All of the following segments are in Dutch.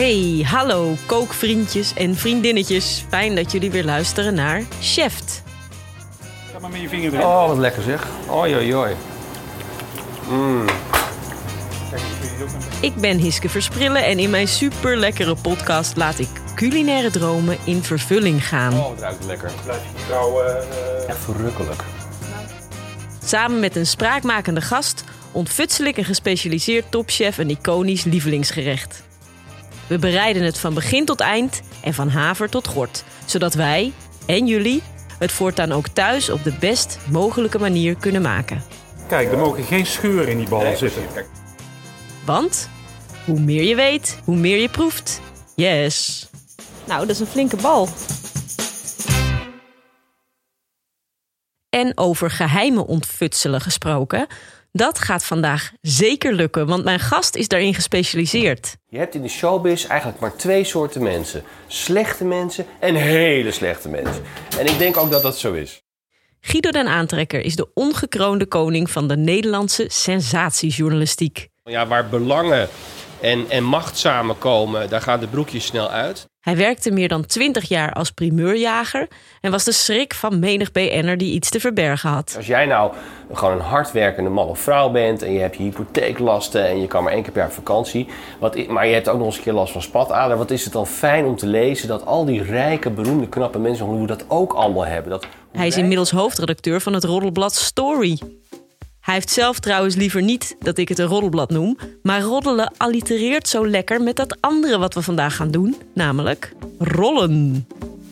Hey, hallo kookvriendjes en vriendinnetjes. Fijn dat jullie weer luisteren naar Cheft. Ga maar met je vinger erin. Oh, wat lekker zeg. Oi, oi, oi. Ik ben Hiske Versprillen en in mijn super lekkere podcast laat ik culinaire dromen in vervulling gaan. Oh, het ruikt lekker. Blijf je vrouw... Echt verrukkelijk. Samen met een spraakmakende gast ontfutsel ik een gespecialiseerd topchef een iconisch lievelingsgerecht. We bereiden het van begin tot eind en van haver tot gort, zodat wij en jullie het voortaan ook thuis op de best mogelijke manier kunnen maken. Kijk, er mogen geen scheuren in die ballen zitten. Want hoe meer je weet, hoe meer je proeft. Yes! Nou, dat is een flinke bal. En over geheimen ontfutselen gesproken, dat gaat vandaag zeker lukken, want mijn gast is daarin gespecialiseerd. Je hebt in de showbiz eigenlijk maar 2 soorten mensen. Slechte mensen en hele slechte mensen. En ik denk ook dat dat zo is. Guido den Aantrekker is de ongekroonde koning van de Nederlandse sensatiejournalistiek. Ja, waar belangen en macht samenkomen, daar gaan de broekjes snel uit. Hij werkte meer dan 20 jaar als primeurjager en was de schrik van menig BN'er die iets te verbergen had. Als jij nou gewoon een hardwerkende man of vrouw bent en je hebt je hypotheeklasten en je kan maar 1 keer per jaar op vakantie, maar je hebt ook nog eens een keer last van spatader, wat is het dan fijn om te lezen dat al die rijke, beroemde, knappe mensen hoe dat ook allemaal hebben. Hij is inmiddels hoofdredacteur van het roddelblad Story. Hij heeft zelf trouwens liever niet dat ik het een roddelblad noem, maar roddelen allitereert zo lekker met dat andere wat we vandaag gaan doen, namelijk rollen.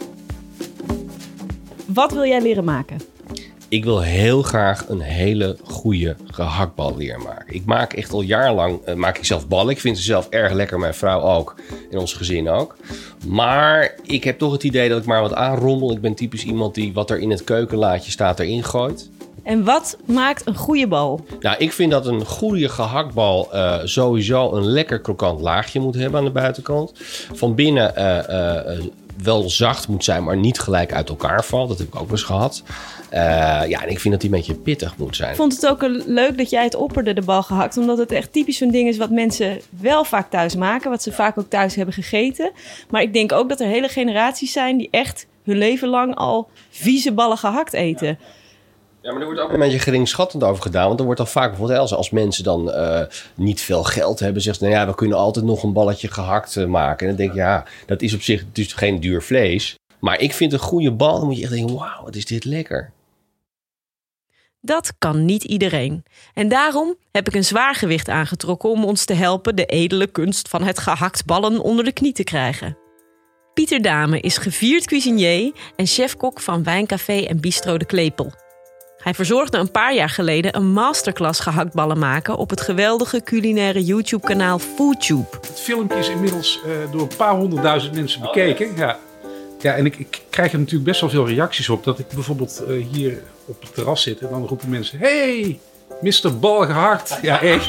Wat wil jij leren maken? Ik wil heel graag een hele goede gehaktbal leren maken. Ik maak echt al jarenlang maak ik zelf ballen. Ik vind ze zelf erg lekker, mijn vrouw ook en ons gezin ook. Maar ik heb toch het idee dat ik maar wat aanrommel. Ik ben typisch iemand die wat er in het keukenlaadje staat erin gooit. En wat maakt een goede bal? Nou, ik vind dat een goede gehaktbal sowieso een lekker krokant laagje moet hebben aan de buitenkant. Van binnen wel zacht moet zijn, maar niet gelijk uit elkaar valt. Dat heb ik ook wel eens gehad. En ik vind dat die een beetje pittig moet zijn. Ik vond het ook leuk dat jij het opperde, de bal gehakt. Omdat het echt typisch zo'n ding is wat mensen wel vaak thuis maken. Wat ze vaak ook thuis hebben gegeten. Maar ik denk ook dat er hele generaties zijn die echt hun leven lang al vieze ballen gehakt eten. Ja, maar er wordt ook een beetje geringschattend over gedaan. Want er wordt dan vaak bijvoorbeeld als mensen dan niet veel geld hebben, zeggen ze, nou ja, we kunnen altijd nog een balletje gehakt maken. En dan denk ik, ja, dat is op zich dus geen duur vlees. Maar ik vind een goede bal, dan moet je echt denken, wauw, wat is dit lekker. Dat kan niet iedereen. En daarom heb ik een zwaargewicht aangetrokken om ons te helpen de edele kunst van het gehakt ballen onder de knie te krijgen. Pieter Dame is gevierd cuisinier en chefkok van wijncafé en bistro De Klepel. Hij verzorgde een paar jaar geleden een masterclass gehaktballen maken op het geweldige culinaire YouTube-kanaal Foodtube. Het filmpje is inmiddels door een paar 100.000 mensen bekeken. Ja, en ik krijg er natuurlijk best wel veel reacties op. Dat ik bijvoorbeeld hier op het terras zit en dan roepen mensen, hey, Mr. Bal gehakt. Ja, echt.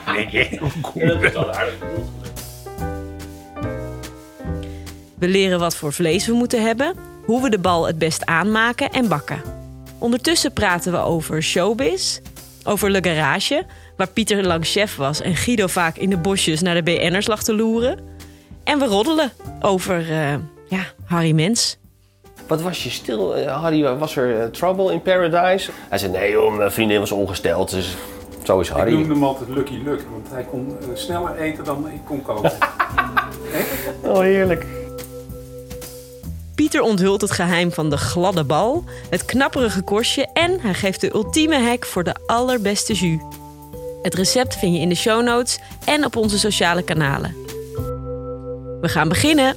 We leren wat voor vlees we moeten hebben, hoe we de bal het best aanmaken en bakken. Ondertussen praten we over showbiz, over Le Garage, waar Pieter lang chef was en Guido vaak in de bosjes naar de BN'ers lag te loeren. En we roddelen over, Harry Mens. Wat was je stil, Harry? Was er trouble in paradise? Hij zei, nee joh, mijn vriendin was ongesteld, dus zo is Harry. Ik noemde hem altijd Lucky Luck, want hij kon sneller eten dan ik kon koken. Oh, heerlijk. Pieter onthult het geheim van de gladde bal, het knapperige korstje en hij geeft de ultieme hack voor de allerbeste jus. Het recept vind je in de show notes en op onze sociale kanalen. We gaan beginnen!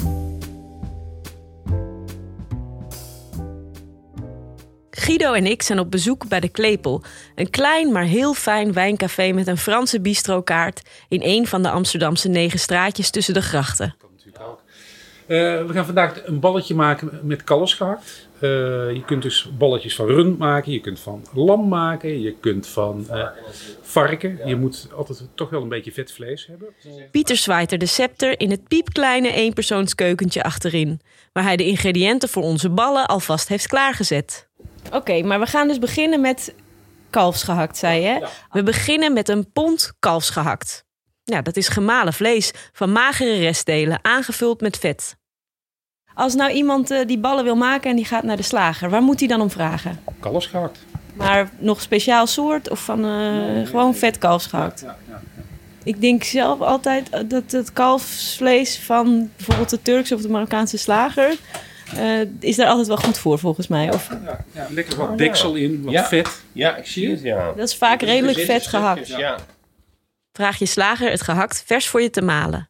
Guido en ik zijn op bezoek bij De Klepel. Een klein maar heel fijn wijncafé met een Franse bistrokaart in een van de Amsterdamse 9 straatjes tussen de grachten. We gaan vandaag een balletje maken met kalfsgehakt. Je kunt dus balletjes van rund maken, je kunt van lam maken, je kunt van varken. Je moet altijd toch wel een beetje vet vlees hebben. Pieter zwaait er de scepter in het piepkleine eenpersoonskeukentje achterin, waar hij de ingrediënten voor onze ballen alvast heeft klaargezet. Oké, maar we gaan dus beginnen met kalfsgehakt, zei je? Ja. We beginnen met een pond kalfsgehakt. Ja, dat is gemalen vlees van magere restdelen, aangevuld met vet. Als nou iemand die ballen wil maken en die gaat naar de slager, waar moet hij dan om vragen? Kalfs gehakt. Maar nog speciaal soort of van gewoon vet kalfsgehakt? Ja. Ik denk zelf altijd dat het kalfsvlees van bijvoorbeeld de Turkse of de Marokkaanse slager... is daar altijd wel goed voor, volgens mij. Of, Ja, lekker wat deksel in, wat vet. Ja, ik zie het, ja. dat is vaak redelijk vet gehakt. Ja. Vraag je slager het gehakt vers voor je te malen.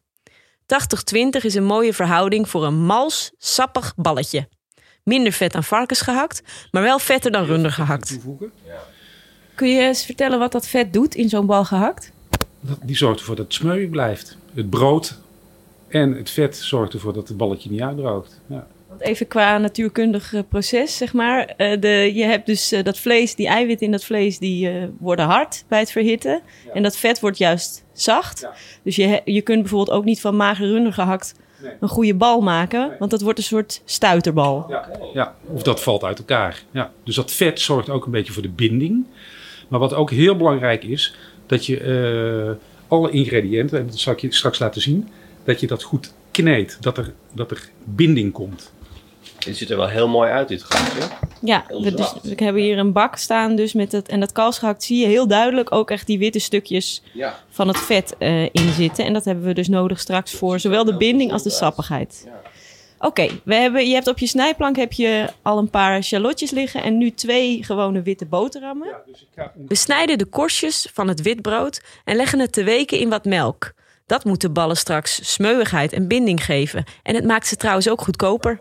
80-20 is een mooie verhouding voor een mals, sappig balletje. Minder vet dan varkensgehakt, maar wel vetter dan runder gehakt. Toevoegen. Kun je eens vertellen wat dat vet doet in zo'n bal gehakt? Die zorgt ervoor dat het smeuïg blijft. Het brood en het vet zorgt ervoor dat het balletje niet uitdroogt. Ja. Want even qua natuurkundig proces, zeg maar. Je hebt dus dat vlees, die eiwitten in dat vlees, die worden hard bij het verhitten. Ja. En dat vet wordt juist zacht. Ja. Dus je kunt bijvoorbeeld ook niet van mager runder gehakt een goede bal maken. Want dat wordt een soort stuiterbal. Ja, of dat valt uit elkaar. Ja. Dus dat vet zorgt ook een beetje voor de binding. Maar wat ook heel belangrijk is, dat je alle ingrediënten, en dat zal ik je straks laten zien, dat je dat goed kneedt. Dat er binding komt. Dit ziet er wel heel mooi uit, dit gehakt. Ja, we hebben hier een bak staan dus met het. En dat kalfsgehakt zie je heel duidelijk ook echt die witte stukjes van het vet in zitten. En dat hebben we dus nodig straks voor zowel de binding als de sappigheid. Ja. Oké, je hebt op je snijplank heb je al een paar shallotjes liggen en nu 2 gewone witte boterhammen. Ja, dus we snijden de korstjes van het witbrood en leggen het te weken in wat melk. Dat moet de ballen straks smeuïgheid en binding geven. En het maakt ze trouwens ook goedkoper.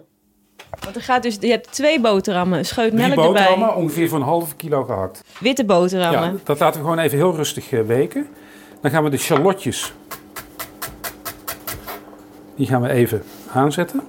Want er gaat dus, je hebt 2 boterhammen, een scheut melk erbij. 3 boterhammen, ongeveer voor een halve kilo gehakt. Witte boterhammen. Ja, dat laten we gewoon even heel rustig weken. Dan gaan we de shallotjes, die gaan we even aanzetten.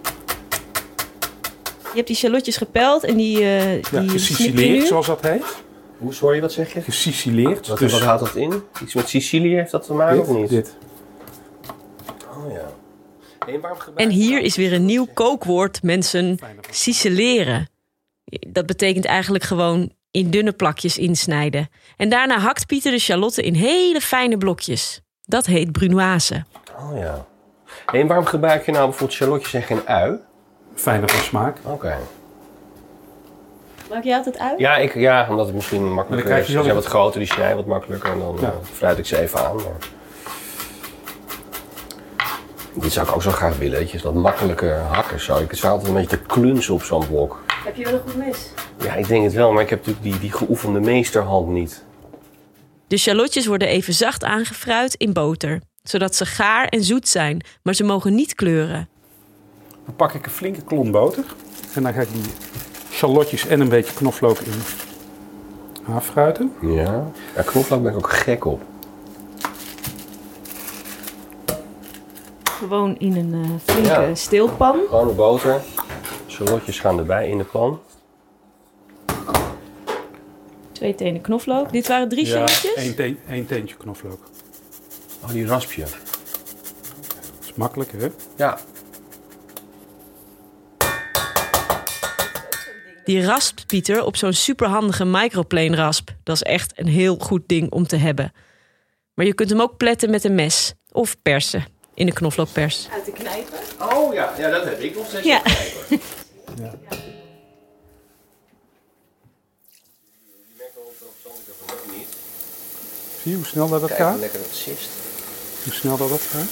Je hebt die shallotjes gepeld en die gesicileerd, zoals dat heet. Hoe sorry, wat zeg je? Gesicileerd. Wat houdt dat in? Iets met Sicilië heeft dat te maken of niet? Dit. Oh ja. En hier is weer een nieuw kookwoord, mensen. Ciseleren. Dat betekent eigenlijk gewoon in dunne plakjes insnijden. En daarna hakt Pieter de shallotten in hele fijne blokjes. Dat heet brunoise. Oh ja. En waarom gebruik je nou bijvoorbeeld shallotjes en geen ui? Fijner van smaak. Oké. Maak jij altijd ui? Ja, omdat het misschien makkelijker is. Ze zijn wat groter, die snijden wat makkelijker. En dan fruit ik ze even aan. Maar... Dit zou ik ook zo graag willen, weet je, dat makkelijke hakken zo. Ik zou altijd een beetje te klunsen op zo'n blok. Heb je wel een goed mes? Ja, ik denk het wel, maar ik heb natuurlijk die geoefende meesterhand niet. De shallotjes worden even zacht aangefruit in boter, zodat ze gaar en zoet zijn, maar ze mogen niet kleuren. Dan pak ik een flinke klont boter en dan ga ik die shallotjes en een beetje knoflook in aanfruiten. Ja, knoflook ben ik ook gek op. Gewoon in een flinke steelpan. Gewoon de boter. Shallotjes gaan erbij in de pan. 2 tenen knoflook. Dit waren 3 shallotjes? 1 teentje knoflook. Oh, die raspje. Dat is makkelijk, hè? Ja. Die raspt Pieter op zo'n superhandige microplane rasp. Dat is echt een heel goed ding om te hebben. Maar je kunt hem ook pletten met een mes. Of persen. In de knoflookpers. Uit de knijper. Oh ja, dat heb ik nog steeds. Ja. Die merkt wel op verstandiger van ook niet. Zie je hoe snel dat gaat? Kijk hoe lekker dat zist. Hoe snel dat gaat?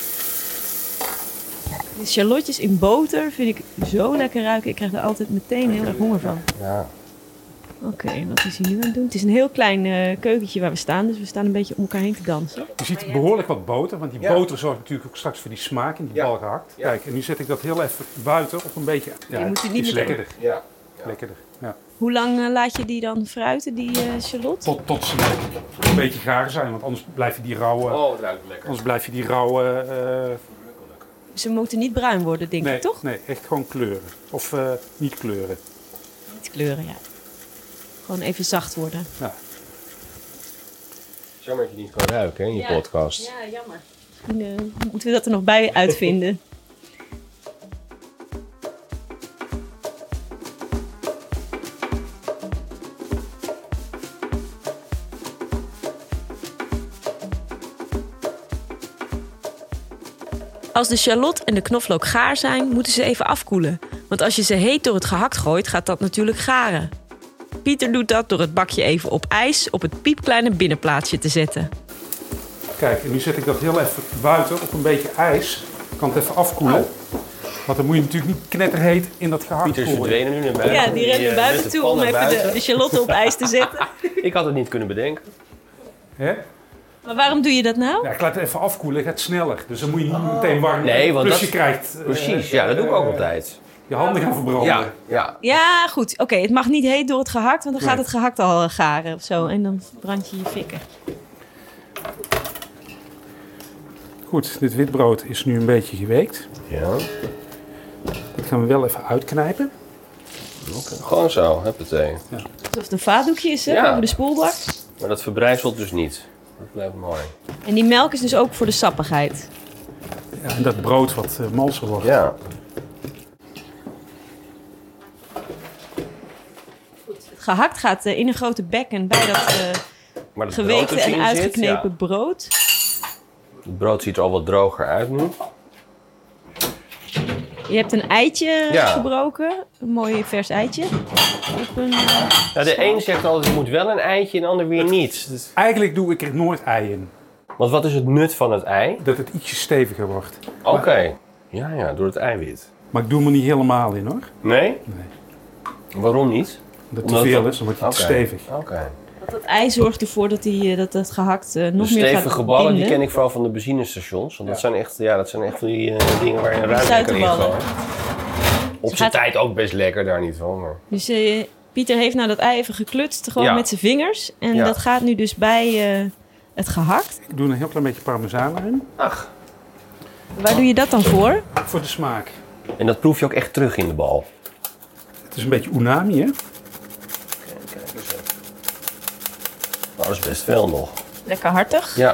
Die shallotjes in boter vind ik zo lekker ruiken. Ik krijg er altijd meteen heel erg honger van. Ja. Oké, wat is hij nu aan het doen? Het is een heel klein keukentje waar we staan. Dus we staan een beetje om elkaar heen te dansen. Je ziet behoorlijk wat boter. Want die boter zorgt natuurlijk ook straks voor die smaak in die bal gehakt. Ja. Kijk, en nu zet ik dat heel even buiten op een beetje... Ja, je moet het niet iets lekkerder. Ja. Lekkerder, ja. Hoe lang laat je die dan fruiten, die shallot? Tot ze een beetje gaar zijn. Want anders blijf je die rauwe... Oh, het ruikt lekker. Anders blijf je die rauwe... Ze moeten niet bruin worden, denk ik, toch? Nee, echt gewoon kleuren. Of niet kleuren. Niet kleuren, ja. Gewoon even zacht worden. Ja. Jammer dat je niet kan ruiken hè, in je podcast. Ja, jammer. Misschien moeten we dat er nog bij uitvinden. Als de shallot en de knoflook gaar zijn, moeten ze even afkoelen. Want als je ze heet door het gehakt gooit, gaat dat natuurlijk garen. Pieter doet dat door het bakje even op ijs op het piepkleine binnenplaatsje te zetten. Kijk, en nu zet ik dat heel even buiten op een beetje ijs. Ik kan het even afkoelen. Want dan moet je natuurlijk niet knetterheet in dat gehakt Pieter is gooien. verdwenen nu naar buiten. Ja, die rent naar buiten toe om even de shallot op ijs te zetten. Ik had het niet kunnen bedenken. Hè? Maar waarom doe je dat nou? Ja, ik laat het even afkoelen, het gaat sneller. Dus dan moet je niet meteen warm. Nee, want dus dat- je krijgt Precies, ja, dat doe ik ook altijd. je handen gaan verbranden. Ja, ja. Ja, goed. Oké, het mag niet heet door het gehakt, want dan gaat het gehakt al garen of zo. En dan brand je je fikken. Goed, dit witbrood is nu een beetje geweekt. Ja, Dat gaan we wel even uitknijpen. gewoon zo, huppatee. Alsof het een vaatdoekje is, hè, Ja. over de spoelbak. Maar dat verbrijzelt dus niet. Dat blijft mooi. En die melk is dus ook voor de sappigheid. Ja, en dat brood wat malser wordt. Ja. Het gehakt gaat in een grote bekken bij dat Maar het brood geweekte dus en in uitgeknepen zit, brood. ja. Het brood ziet er al wat droger uit nu. Je hebt een eitje Ja. gebroken. Een mooi vers eitje. Op een, Ja, de een zegt altijd, er moet wel een eitje en de ander weer niet. Dus- Eigenlijk doe ik er nooit ei in. Want wat is het nut van het ei? Dat het ietsje steviger wordt. Oké. Ja, door het eiwit. Maar ik doe hem er niet helemaal in hoor. Nee? Nee. Waarom niet? Dat te Omdat veel het- is, dan wordt hij te Oké. stevig. Oké. dat ei zorgt ervoor dat, dat gehakt nog De meer gaat stevige ballen, die binden. ken ik vooral van de benzinestations. Want dat zijn echt die dingen waar je een Die ruimte kan suikerballen. ingooien. Op zijn gaat- tijd ook best lekker, daar niet van. Maar... Dus Pieter heeft nou dat ei even geklutst, gewoon Ja. met zijn vingers. En Ja. dat gaat nu dus bij het gehakt. Ik doe een heel klein beetje parmezaan erin. Ach. Waar doe je dat dan voor? Voor de smaak. En dat proef je ook echt terug in de bal. Het is een beetje umami hè. Kijk eens even. Nou, dat is best veel nog. Lekker hartig. Ja.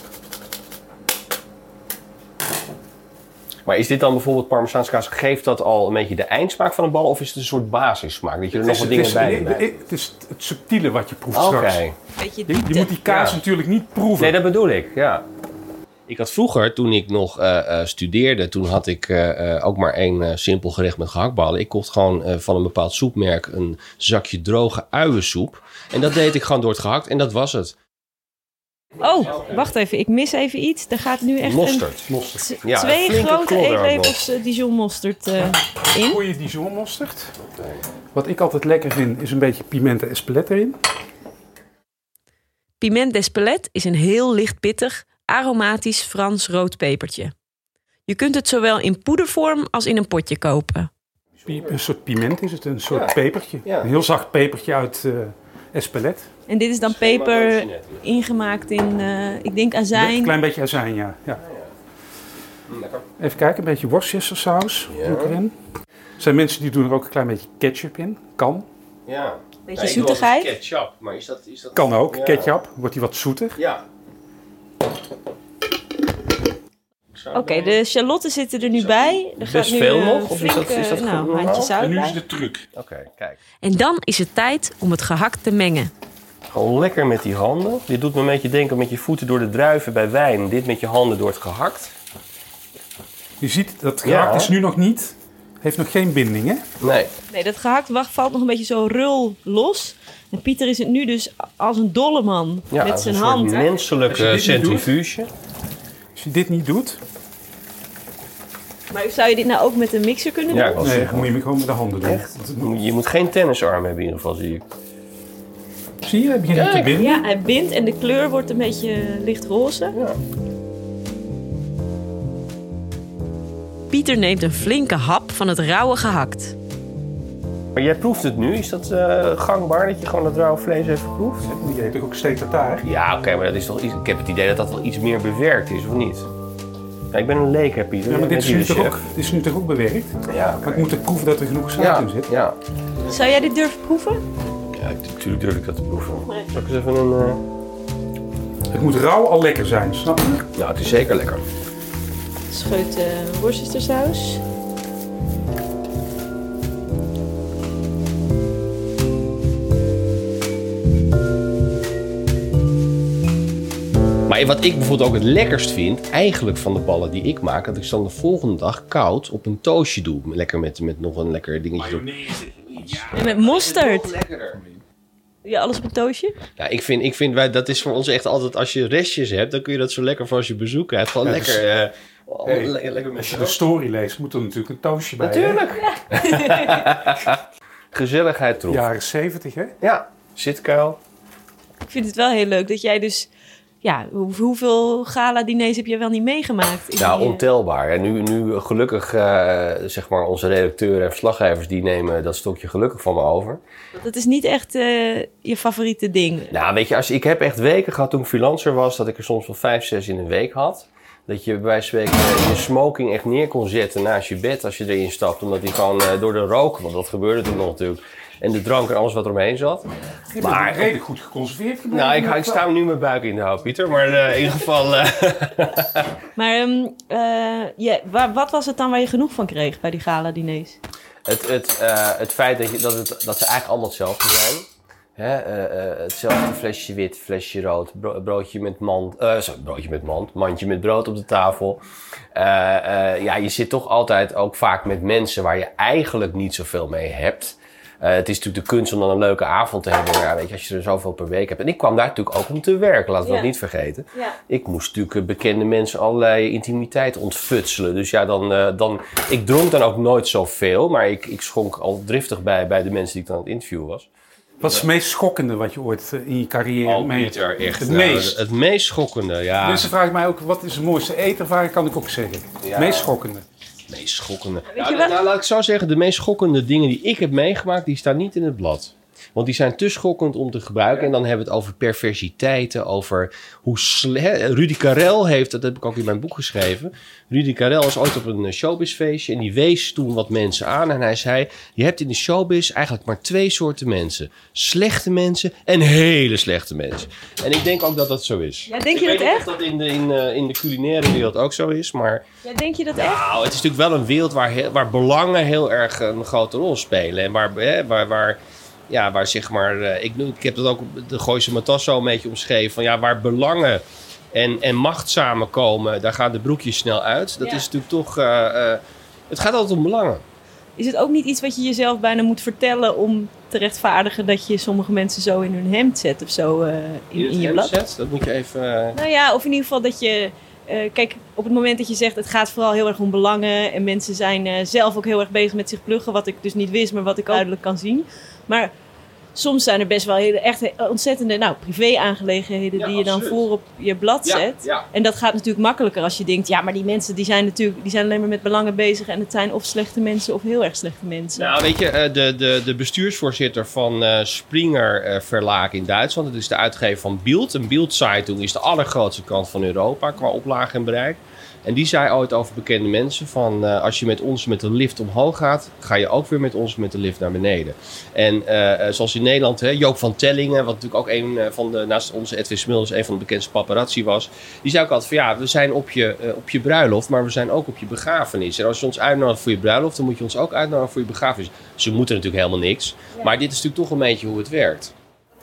Maar is dit dan bijvoorbeeld Parmezaanse kaas? Geeft dat al een beetje de eindsmaak van een bal? Of is het een soort basissmaak? Dat je er nog wat dingen bij hebt? Het is het subtiele wat je proeft Oké. straks. Beetje Je moet die kaas Ja. natuurlijk niet proeven. Nee, dat bedoel ik, ja. Ik had vroeger, toen ik nog studeerde, toen had ik ook maar één simpel gerecht met gehaktballen. Ik kocht gewoon van een bepaald soepmerk een zakje droge uiensoep. En dat deed ik gewoon door het gehakt en dat was het. Oh, wacht even. Ik mis even iets. Er gaat nu echt Mosterd. Mosterd. Ja, een 2 flinke grote klodder ook eetlepels Dijon mosterd in. Goeie Dijon mosterd. Wat ik altijd lekker vind is een beetje piment espelette erin. Piment d'Espelette is een heel licht pittig, aromatisch Frans rood pepertje. Je kunt het zowel in poedervorm als in een potje kopen. Een soort piment is het, een soort pepertje. Ja. Een heel zacht pepertje uit espelette. En dit is dan peper ingemaakt in, ik denk Een azijn. klein beetje azijn, ja. Lekker. Even kijken, een beetje Worcestersaus Ja. doe ik erin. Er zijn mensen die doen er ook een klein beetje ketchup in. Kan. Ja. Beetje zoetigheid. Ketchup, maar is dat... Kan ook, Ja. ketchup. Wordt die wat zoeter. Ja. Oké, de shallotten zitten er nu bij. Er gaat Best nu veel nog? Of flink, is dat nou, goed handje zout En nu is bij. de truc. Oké, kijk. En dan is het tijd om het gehakt te mengen. Gewoon lekker met die handen. Dit doet me een beetje denken met je voeten door de druiven bij wijn. Dit met je handen door het gehakt. Je ziet, dat gehakt Ja. is nu nog niet, heeft nog geen binding hè. Nee. Nee, dat gehakt valt nog een beetje zo rul los. En Pieter is het nu dus als een dolle man Ja, met als zijn een soort hand. Als je menselijke dit niet centrifuge. Als je dit niet doet, Maar zou je dit nou ook met een mixer kunnen Ja, doen? ik was nee, zeggen. dan moet je hem gewoon met de handen doen. Echt? Want het moet- Je moet geen tennisarm hebben in ieder geval, zie ik. Zie je, hij begint nu te Kijk. binden. Ja, hij bindt en de kleur wordt een beetje lichtroze. Ja. Pieter neemt een flinke hap van het rauwe gehakt. Maar jij proeft het nu. Is dat gangbaar dat je gewoon dat rauwe vlees even proeft? Je hebt toch ook steak tartare? Ja, oké, maar dat is toch iets, ik heb het idee dat dat wel iets meer bewerkt is, of niet? Ja, ik ben een leek, hè, Pieter. Ja, maar Jij dit is, bent nu hier toch de ook, chef. dit is nu toch ook bewerkt? Ja, Maar ik moet ook proeven dat er genoeg zout in zit. ja. Zou jij dit durven proeven? Ja, natuurlijk durf ik dat te proeven. Zal ik eens even een... Het moet rauw al lekker zijn, snap je? Nou, het is zeker lekker. Scheut worcestersaus. Maar Maar wat ik bijvoorbeeld ook het lekkerst vind, eigenlijk van de ballen die ik maak, dat ik ze dan de volgende dag koud op een toastje doe. Lekker met nog een lekker dingetje erop. En met mosterd. Veel lekkerder. Ja, alles op een toastje? Ja, ik vind dat is voor ons echt altijd, als je restjes hebt, dan kun je dat zo lekker voor als je bezoek krijgt. Gewoon lekker... lekker met als je de story leest, moet er natuurlijk een toastje bij. Natuurlijk. Gezelligheid troef. Jaren 70, hè? Ja, zitkuil. Ik vind het wel heel leuk dat jij dus... Ja, hoeveel gala-diners heb je wel niet meegemaakt? Nou, ontelbaar. En nu gelukkig, zeg maar, onze redacteuren en verslaggevers, die nemen dat stokje gelukkig van me over. Dat is niet echt je favoriete ding. Nou, weet je, ik heb echt weken gehad toen ik freelancer was, dat ik er soms wel 5, 6 in een week had. Dat je bij wijze van spreken je smoking echt neer kon zetten naast je bed als je erin stapt. Omdat die gewoon door de rook, want dat gebeurde toen nog natuurlijk, en de drank en alles wat eromheen zat. Je bent redelijk goed geconserveerd gebleven. Nou, ik sta nu mijn buik in de hoop, Pieter. Maar in ieder geval... Maar wat was het dan waar je genoeg van kreeg bij die gala-diners? Het feit dat ze eigenlijk allemaal hetzelfde zijn. Hetzelfde flesje wit, flesje rood, broodje met mandje met brood op de tafel. Je zit toch altijd ook vaak met mensen waar je eigenlijk niet zoveel mee hebt. Het is natuurlijk de kunst om dan een leuke avond te hebben. Maar ja, weet je, als je er zoveel per week hebt. En ik kwam daar natuurlijk ook om te werken, laten we dat niet vergeten. Ja. Ik moest natuurlijk bekende mensen allerlei intimiteit ontfutselen. Dus ja, ik dronk dan ook nooit zoveel. Maar ik schonk al driftig bij de mensen die ik dan aan het interviewen was. Wat is het meest schokkende wat je ooit in je carrière meet? Echt. Het meest schokkende, ja. Mensen vragen mij ook, wat is de mooiste eetervaring? Kan ik ook zeggen. Ja. Het meest schokkende. Meest schokkende. Laat ik zo zeggen, de meest schokkende dingen die ik heb meegemaakt, die staan niet in het blad. Want die zijn te schokkend om te gebruiken. En dan hebben we het over perversiteiten, over hoe Rudy Karel heeft, dat heb ik ook in mijn boek geschreven. Rudy Karel was ooit op een showbizfeestje en die wees toen wat mensen aan. En hij zei, je hebt in de showbiz eigenlijk maar 2 soorten mensen. Slechte mensen en hele slechte mensen. En ik denk ook dat dat zo is. Ja, denk je dat echt? Ik weet niet of dat in de culinaire wereld ook zo is, maar... Ja, denk je dat echt? Nou, het is natuurlijk wel een wereld waar belangen heel erg een grote rol spelen. En waar zeg maar, ik heb dat ook de Gooise Matasso een beetje omschreven. Van ja, waar belangen en macht samenkomen, daar gaan de broekjes snel uit. Dat is natuurlijk toch, het gaat altijd om belangen. Is het ook niet iets wat je jezelf bijna moet vertellen om te rechtvaardigen dat je sommige mensen zo in hun hemd zet of zo in je blad? Zet? Dat moet je even... Nou ja, of in ieder geval dat je... kijk, op het moment dat je zegt, het gaat vooral heel erg om belangen en mensen zijn zelf ook heel erg bezig met zich pluggen, wat ik dus niet wist, maar wat ik duidelijk kan zien. Maar soms zijn er best wel echt ontzettende privé-aangelegenheden die je dan voor op je blad zet. Ja. En dat gaat natuurlijk makkelijker als je denkt, ja, maar die mensen die zijn alleen maar met belangen bezig en het zijn of slechte mensen of heel erg slechte mensen. Nou, weet je, de bestuursvoorzitter van Springer Verlag in Duitsland, dat is de uitgever van Bild. Een Bild-Zeitung is de allergrootste krant van Europa qua oplage en bereik. En die zei ooit over bekende mensen van als je met ons met de lift omhoog gaat, ga je ook weer met ons met de lift naar beneden. En zoals in Nederland, Joop van Tellingen, wat natuurlijk ook een van de, naast onze Edwin Smulders, een van de bekendste paparazzi was. Die zei ook altijd van ja, we zijn op je bruiloft, maar we zijn ook op je begrafenis. En als je ons uitnodigt voor je bruiloft, dan moet je ons ook uitnodigen voor je begrafenis. Ze moeten natuurlijk helemaal niks. Ja. Maar dit is natuurlijk toch een beetje hoe het werkt.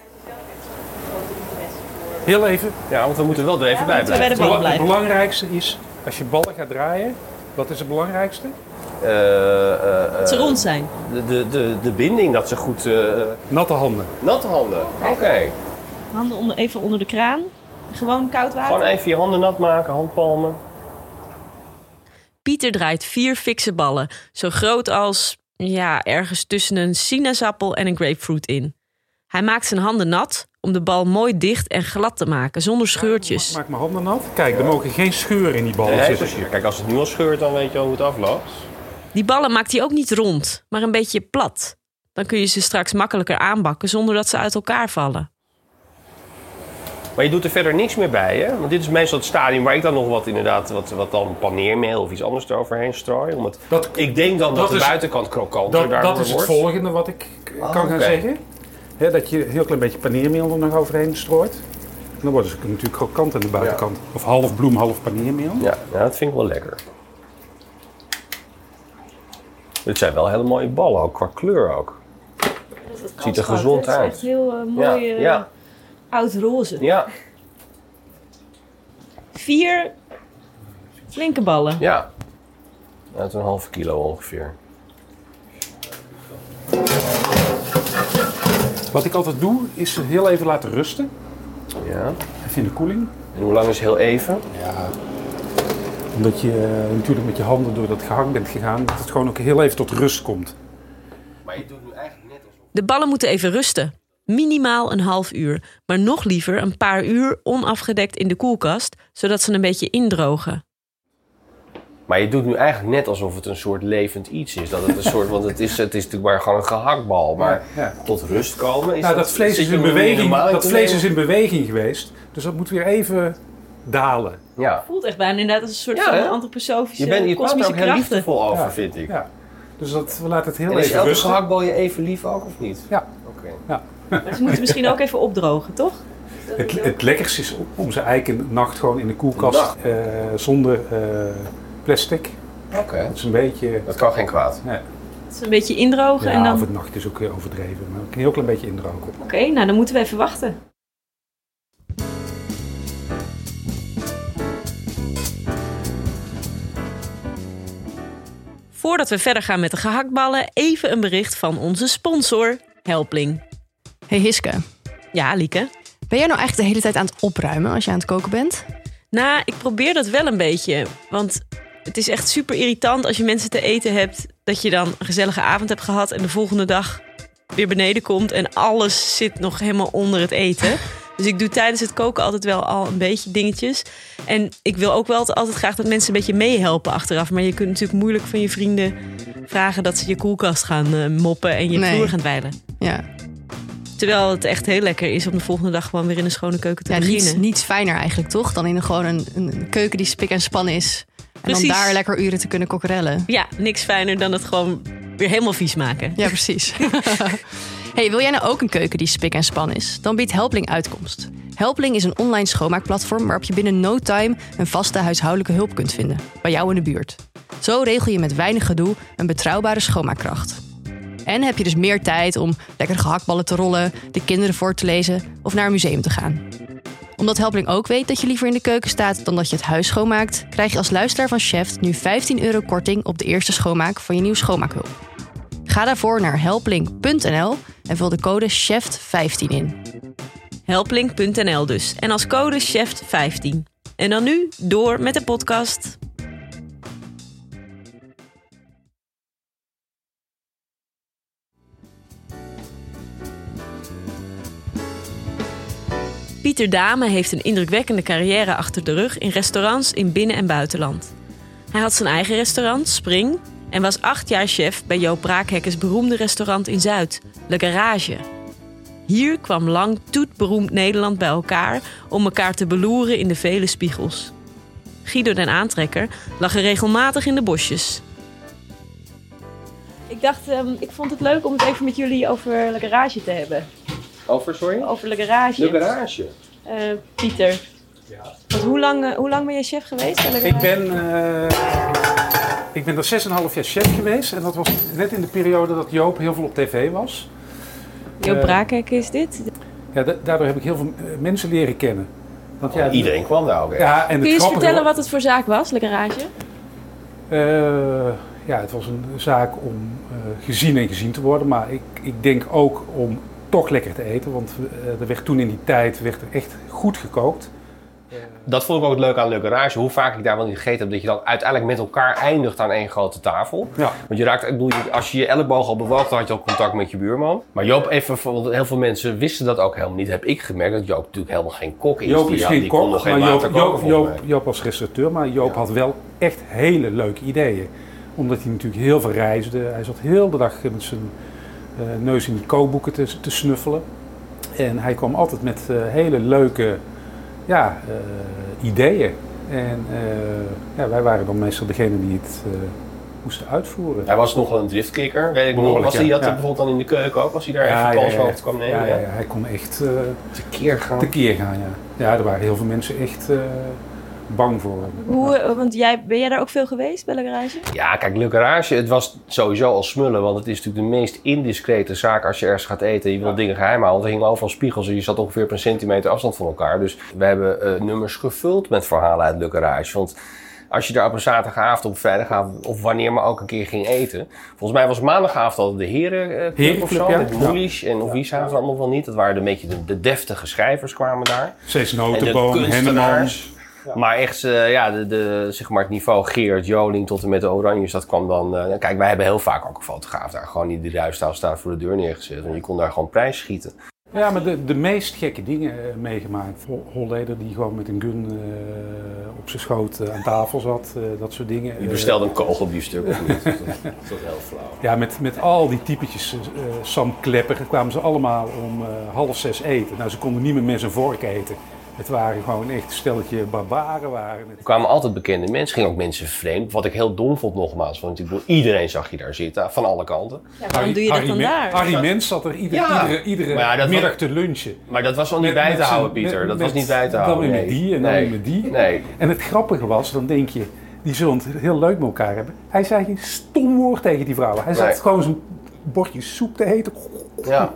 Heel even. Ja, want we moeten wel er even bij blijven. Het belangrijkste is, als je ballen gaat draaien, wat is het belangrijkste? Dat ze rond zijn. De binding, dat ze goed... Natte handen. Natte handen, oké. Handen even onder de kraan. Gewoon koud water. Gewoon even je handen nat maken, handpalmen. Pieter draait 4 fikse ballen. Zo groot als, ergens tussen een sinaasappel en een grapefruit in. Hij maakt zijn handen nat om de bal mooi dicht en glad te maken, zonder scheurtjes. Maak mijn handen nat. Kijk, er mogen geen scheuren in die ballen zitten. Kijk, als het nu al scheurt, dan weet je al hoe het afloopt. Die ballen maakt hij ook niet rond, maar een beetje plat. Dan kun je ze straks makkelijker aanbakken zonder dat ze uit elkaar vallen. Maar je doet er verder niks meer bij, hè? Want dit is meestal het stadium waar ik dan nog wat dan paneermeel of iets anders eroverheen strooi. Ik denk dan dat de buitenkant krokanter daardoor wordt. Dat is het volgende wat ik kan gaan zeggen. He, dat je een heel klein beetje paneermeel er nog overheen strooit. En dan worden ze natuurlijk krokant aan de buitenkant. Ja. Of half bloem, half paneermeel. Ja, dat vind ik wel lekker. Dit zijn wel hele mooie ballen, ook qua kleur ook. Het ziet er gezond uit. Het is echt heel mooi oud roze. Ja. 4 flinke ballen. Ja. Uit een halve kilo ongeveer. Wat ik altijd doe, is ze heel even laten rusten. Ja. Even in de koeling. En hoe lang is heel even? Ja, omdat je natuurlijk met je handen door dat gehakt bent gegaan, dat het gewoon ook heel even tot rust komt. Maar je doet nu eigenlijk net alsof... De ballen moeten even rusten. Minimaal een half uur. Maar nog liever een paar uur onafgedekt in de koelkast, zodat ze een beetje indrogen. Maar je doet nu eigenlijk net alsof het een soort levend iets is. Dat het een soort, want het is natuurlijk maar gewoon een gehaktbal. Maar Ja. tot rust komen is Dat vlees is in beweging. Dat vlees is in beweging geweest, dus dat moet weer even dalen. Ja. Het voelt echt bijna inderdaad als een soort Ja, van hè? antroposofische Je praat er kosmische ook heel krachten. liefdevol over, Ja. vind ik. Ja. Dus we laten het heel En is even elke rusten. gehaktbal je even lief ook, of niet? Ja. Oké. Ja. Maar ze moeten misschien ook even opdrogen, toch? Het lekkerste is om ze eigenlijk een nacht gewoon in de koelkast zonder plastic. Oké. Dat is een beetje... Dat kan geen kwaad. Nee. Dat ze een beetje indrogen en Ja, dan... of het nacht is ook overdreven, maar een heel klein beetje indrogen. Oké, nou dan moeten we even wachten. Voordat we verder gaan met de gehaktballen, even een bericht van onze sponsor, Helpling. Hey Hiske, Ja, Lieke? ben jij nou eigenlijk de hele tijd aan het opruimen als je aan het koken bent? Nou, ik probeer dat wel een beetje. Want het is echt super irritant als je mensen te eten hebt, dat je dan een gezellige avond hebt gehad en de volgende dag weer beneden komt en alles zit nog helemaal onder het eten. Dus ik doe tijdens het koken altijd wel al een beetje dingetjes. En ik wil ook wel altijd graag dat mensen een beetje meehelpen achteraf. Maar je kunt natuurlijk moeilijk van je vrienden vragen dat ze je koelkast gaan moppen en je vloer gaan dweilen. Ja, Terwijl het echt heel lekker is om de volgende dag gewoon weer in een schone keuken te beginnen. niets fijner eigenlijk toch? Dan in gewoon een keuken die spik en span is. En Precies. dan daar lekker uren te kunnen kokkerellen. Ja, niks fijner dan het gewoon weer helemaal vies maken. Ja, precies. Hey, wil jij nou ook een keuken die spik en span is? Dan biedt Helpling uitkomst. Helpling is een online schoonmaakplatform waarop je binnen no time een vaste huishoudelijke hulp kunt vinden. Bij jou in de buurt. Zo regel je met weinig gedoe een betrouwbare schoonmaakkracht. En heb je dus meer tijd om lekker gehaktballen te rollen, de kinderen voor te lezen of naar een museum te gaan. Omdat Helpling ook weet dat je liever in de keuken staat dan dat je het huis schoonmaakt, krijg je als luisteraar van Chef nu €15 korting op de eerste schoonmaak van je nieuwe schoonmaakhulp. Ga daarvoor naar helpling.nl en vul de code CHEF15 in. Helpling.nl dus. En als code CHEF15. En dan nu door met de podcast. Pieter Dame heeft een indrukwekkende carrière achter de rug in restaurants in binnen- en buitenland. Hij had zijn eigen restaurant, Spring, en was 8 jaar chef bij Joop Braakhekkers beroemde restaurant in Zuid, Le Garage. Hier kwam lang toetberoemd Nederland bij elkaar om elkaar te beloeren in de vele spiegels. Guido den Aantrekker lag er regelmatig in de bosjes. Ik dacht, ik vond het leuk om het even met jullie over Le Garage te hebben. Over, sorry? Over Le Garage. De garage. Pieter. Ja. Want hoe lang ben je chef geweest bij Le Garage? Ik ben er 6,5 jaar chef geweest en dat was net in de periode dat Joop heel veel op tv was. Joop Braakhekker is dit? Ja, daardoor heb ik heel veel mensen leren kennen. Want, ja, Iedereen kwam daar ook. Ja, en Kun je eens vertellen wat het voor zaak was, Le Garage? Ja, het was een zaak om gezien te worden, maar ik denk ook om toch lekker te eten. Want er werd toen in die tijd er echt goed gekookt. Dat vond ik ook het leuke aan Le Garage. Hoe vaak ik daar wel niet gegeten heb, dat je dan uiteindelijk met elkaar eindigt aan één grote tafel. Ja. Want je raakt, ik bedoel, als je je elleboog al bewoog, dan had je al contact met je buurman. Maar Joop, want heel veel mensen wisten dat ook helemaal niet. Heb ik gemerkt dat Joop natuurlijk helemaal geen kok is. Joop is geen kok, nog geen maar water koken, volgens mij. Joop was restaurateur, maar Joop had wel echt hele leuke ideeën. Omdat hij natuurlijk heel veel reisde. Hij zat heel de dag met zijn neus in die kookboeken te snuffelen. En hij kwam altijd met hele leuke ideeën. En wij waren dan meestal degene die het moesten uitvoeren. Hij was nog wel een driftkikker, weet ik nog. Was hij dat bijvoorbeeld dan in de keuken ook? Was hij daar even kans over te kwam nemen? Ja, hij kon echt tekeer gaan. Ja, er waren heel veel mensen echt bang voor. Want ben jij daar ook veel geweest bij Le Garage? Ja, kijk, Le Garage, het was sowieso al smullen. Want het is natuurlijk de meest indiscrete zaak als je ergens gaat eten. Je wil dingen geheim houden. Want er hingen overal spiegels en je zat ongeveer op een centimeter afstand van elkaar. Dus we hebben nummers gevuld met verhalen uit Le Garage. Want als je daar op een zaterdagavond, op vrijdagavond of wanneer maar ook een keer ging eten. Volgens mij was maandagavond al de herenclub of zo. Ja. Met Moelisch en of wie zaten er allemaal wel niet. Dat waren een beetje de deftige schrijvers kwamen daar. Cees Notenboom, Henneman. Kunstenaars. Maar echt, zeg maar het niveau Geert, Joling tot en met de Oranjes, dat kwam dan... kijk, wij hebben heel vaak ook een fotograaf daar gewoon in die ruistaal staan voor de deur neergezet. En je kon daar gewoon prijs schieten. Ja, maar de meest gekke dingen meegemaakt. Holleder die gewoon met een gun op zijn schoot aan tafel zat, dat soort dingen. Die bestelde een kogelbiefstuk of niet? Dat was heel flauw. Ja, met al die typetjes. Sam Klepper kwamen ze allemaal om 5:30 eten. Nou, ze konden niet meer met zijn vork eten. Het waren gewoon echt een stelletje barbaren. Er kwamen altijd bekende mensen, gingen ook mensen vreemd. Wat ik heel dom vond nogmaals, want iedereen zag je daar zitten, van alle kanten. Ja, waarom doe je dat dan daar? Harry Mens zat er iedere middag te lunchen. Maar dat was al niet bij te houden, Pieter. Dat was niet bij te houden. Dan weer met die en dan weer met die. Nee. En het grappige was, dan denk je, die zullen het heel leuk met elkaar hebben. Hij zei geen stom woord tegen die vrouwen. Hij zat gewoon zijn bordje soep te eten. Ja.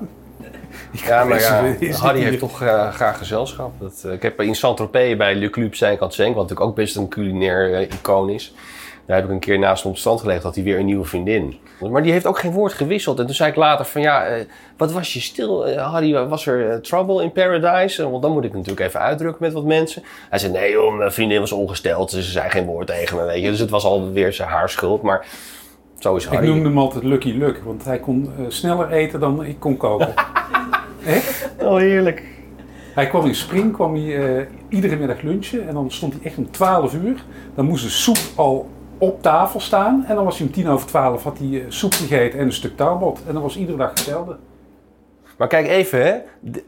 Ja, maar Harry heeft toch graag gezelschap. Ik heb in Saint-Tropez bij Le Club Saint-Quentin, wat natuurlijk ook best een culinair icoon is. Daar heb ik een keer naast hem op stand gelegd, had hij weer een nieuwe vriendin. Maar die heeft ook geen woord gewisseld. En toen zei ik later van wat was je stil? Harry, was er trouble in paradise? Want dan moet ik natuurlijk even uitdrukken met wat mensen. Hij zei, nee joh, mijn vriendin was ongesteld, dus ze zei geen woord tegen me, weet je. Dus het was alweer haar schuld, maar... Zo is Harry. Ik noemde hem altijd Lucky Luck, want hij kon sneller eten dan ik kon koken. Echt? Oh, heerlijk. Hij kwam in Spring, iedere middag lunchen en dan stond hij echt om 12 uur. Dan moest de soep al op tafel staan en dan was hij om 10:10 had hij soep gegeten en een stuk taalbot. En dan was iedere dag hetzelfde. Maar kijk even, hè.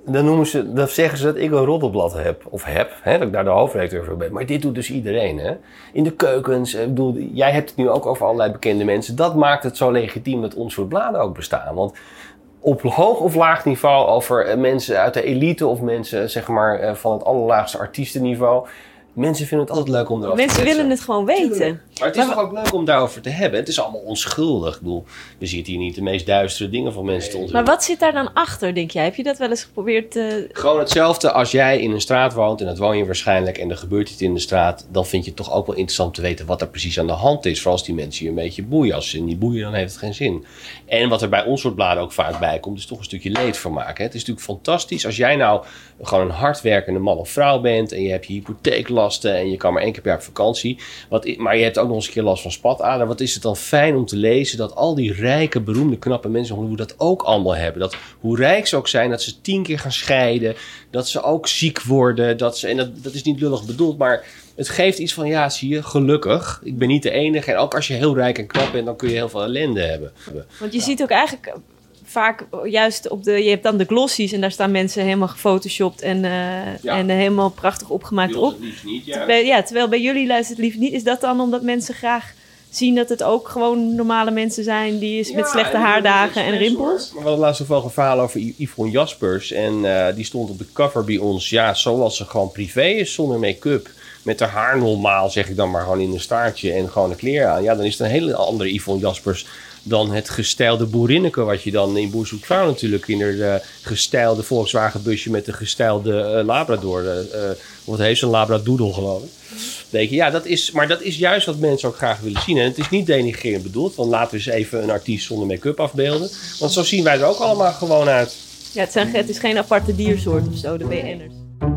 Dan zeggen ze dat ik een roddelblad heb. Of hè, dat ik daar de hoofdredacteur voor ben. Maar dit doet dus iedereen, hè. In de keukens. Ik bedoel, jij hebt het nu ook over allerlei bekende mensen. Dat maakt het zo legitiem dat ons soort bladen ook bestaan. Want op hoog of laag niveau over mensen uit de elite of mensen, zeg maar, van het allerlaagste artiestenniveau. Mensen vinden het altijd leuk om erover te Mensen willen het gewoon weten. Maar het is toch ook leuk om daarover te hebben. Het is allemaal onschuldig. Ik bedoel, je ziet hier niet de meest duistere dingen van mensen te onthullen. Maar wat zit daar dan achter, denk jij? Heb je dat wel eens geprobeerd te... Gewoon hetzelfde als jij in een straat woont, en dat woon je waarschijnlijk, en er gebeurt iets in de straat, dan vind je het toch ook wel interessant om te weten wat er precies aan de hand is. Vooral als die mensen je een beetje boeien. Als ze niet boeien, dan heeft het geen zin. En wat er bij ons soort bladen ook vaak bij komt, is toch een stukje leedvermaak. Het is natuurlijk fantastisch als jij nou gewoon een hardwerkende man of vrouw bent, en je hebt je hypotheeklasten, en je kan maar 1 keer per jaar op vakantie. Maar je hebt ook nog eens een keer last van spatader. Wat is het dan fijn om te lezen dat al die rijke, beroemde, knappe mensen hoe dat ook allemaal hebben. Dat hoe rijk ze ook zijn, dat ze 10 keer gaan scheiden. Dat ze ook ziek worden. Dat is niet lullig bedoeld, maar het geeft iets van, ja, zie je, gelukkig. Ik ben niet de enige. En ook als je heel rijk en knap bent, dan kun je heel veel ellende hebben. Want je ziet ook eigenlijk vaak juist je hebt dan de glossies en daar staan mensen helemaal gefotoshopt en helemaal prachtig opgemaakt op. Niet, terwijl bij jullie luistert het liefst niet. Is dat dan omdat mensen graag zien dat het ook gewoon normale mensen zijn die met slechte haardagen en rimpels? Maar we hadden laatst toevallig een verhaal over Yvonne Jaspers. En die stond op de cover bij ons, ja, zoals ze gewoon privé is, zonder make-up. Met haar haar normaal, zeg ik dan maar, gewoon in een staartje en gewoon een kleren aan. Ja, dan is het een hele andere Yvonne Jaspers dan het gestijlde boerinneke, wat je dan in Boer zoekt vrouw natuurlijk in de gestijlde Volkswagen busje met de gestijlde Labrador. Wat heeft ze, een Labradoodle geloof ik. Denk je, ja, dat is juist wat mensen ook graag willen zien. En het is niet denigrerend bedoeld, want laten we eens even een artiest zonder make-up afbeelden. Want zo zien wij er ook allemaal gewoon uit. Ja, het is geen aparte diersoort of zo, de BN'ers.